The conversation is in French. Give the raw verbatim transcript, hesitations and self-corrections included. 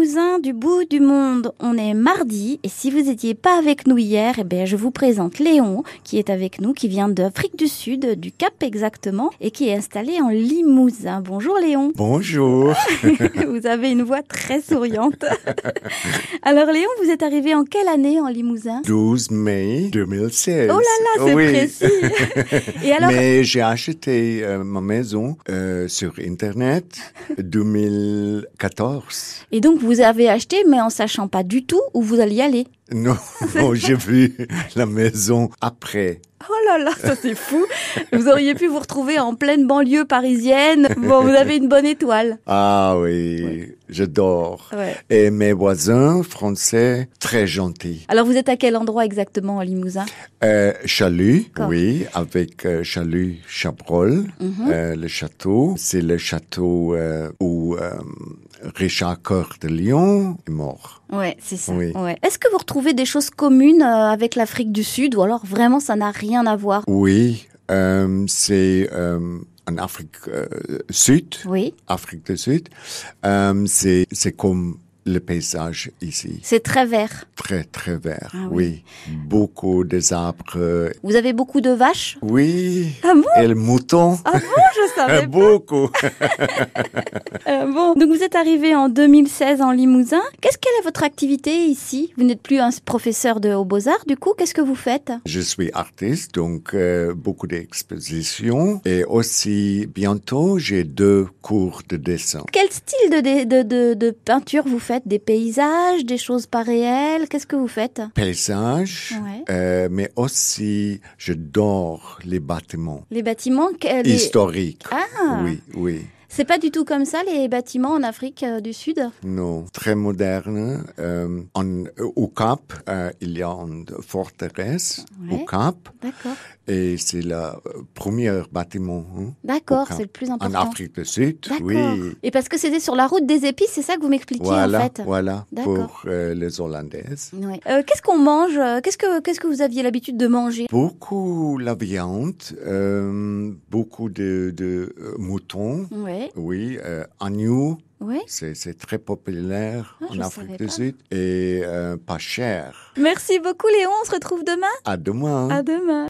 Limousin du bout du monde. On est mardi et si vous n'étiez pas avec nous hier, eh bien, je vous présente Léon qui est avec nous, qui vient d'Afrique du Sud, du Cap exactement, et qui est installé en Limousin. Bonjour Léon. Bonjour. Vous avez une voix très souriante. Alors Léon, vous êtes arrivé en quelle année en Limousin? douze mai deux mille seize. Oh là là, c'est oui. précis. Et alors... Mais j'ai acheté euh, ma maison euh, sur Internet deux mille quatorze. Et donc vous avez acheté, mais en sachant pas du tout où vous alliez aller. Non, non j'ai vu la maison après. Oh là là, ça c'est fou. Vous auriez pu vous retrouver en pleine banlieue parisienne. Bon, vous avez une bonne étoile. Ah oui, ouais. J'adore. Ouais. Et mes voisins français, très gentils. Alors vous êtes à quel endroit exactement en Limousin? euh, Chalut, D'accord. oui, avec euh, Chalut Chabrol, Mm-hmm. euh, le château. C'est le château euh, où euh, Richard Coeur de Lion est mort. Ouais, c'est ça. Oui. Ouais. Est-ce que vous retrouvez des choses communes euh, avec l'Afrique du Sud ou alors vraiment ça n'a rien à voir? Oui, euh, c'est euh, en Afrique euh, Sud, Oui. Afrique du Sud. Euh, c'est c'est comme le paysage ici. C'est très vert. Très, très vert, Ah oui. oui. Beaucoup des arbres. Vous avez beaucoup de vaches? Oui. Ah bon? Et le mouton. Ah bon, je savais pas. Beaucoup. Euh, bon, donc vous êtes arrivé en deux mille seize en Limousin. Qu'est-ce qu'elle est votre activité ici? Vous n'êtes plus un professeur de aux Beaux-Arts, du coup, qu'est-ce que vous faites? Je suis artiste, donc euh, beaucoup d'expositions. Et aussi, bientôt, j'ai deux cours de dessin. Quel style de, de, de, de, de peinture vous faites? Des paysages, des choses pas réelles? Qu'est-ce que vous faites? Paysage, Ouais. euh, mais aussi, j'adore les bâtiments Les bâtiments que- les... historiques. Ah. Oui, oui. C'est pas du tout comme ça, les bâtiments en Afrique euh, du Sud? Non, très moderne. Euh, en, au Cap, euh, il y a une forteresse Ouais. au Cap. D'accord. Et c'est le euh, premier bâtiment. Hein, D'accord, au Cap. c'est le plus En important. Afrique du Sud, D'accord. oui. Et parce que c'était sur la route des épices, c'est ça que vous m'expliquiez Voilà, en fait? voilà, D'accord. pour euh, les Hollandaises. Ouais. Euh, qu'est-ce qu'on mange? Qu'est-ce que, qu'est-ce que vous aviez l'habitude de manger? Beaucoup la viande, euh, beaucoup de, de euh, moutons, Ouais. oui, euh, agneau, Ouais. c'est, c'est très populaire Ah, je en Afrique savais du pas. Sud et euh, pas cher. Merci beaucoup Léon, on se retrouve demain. À demain. À demain.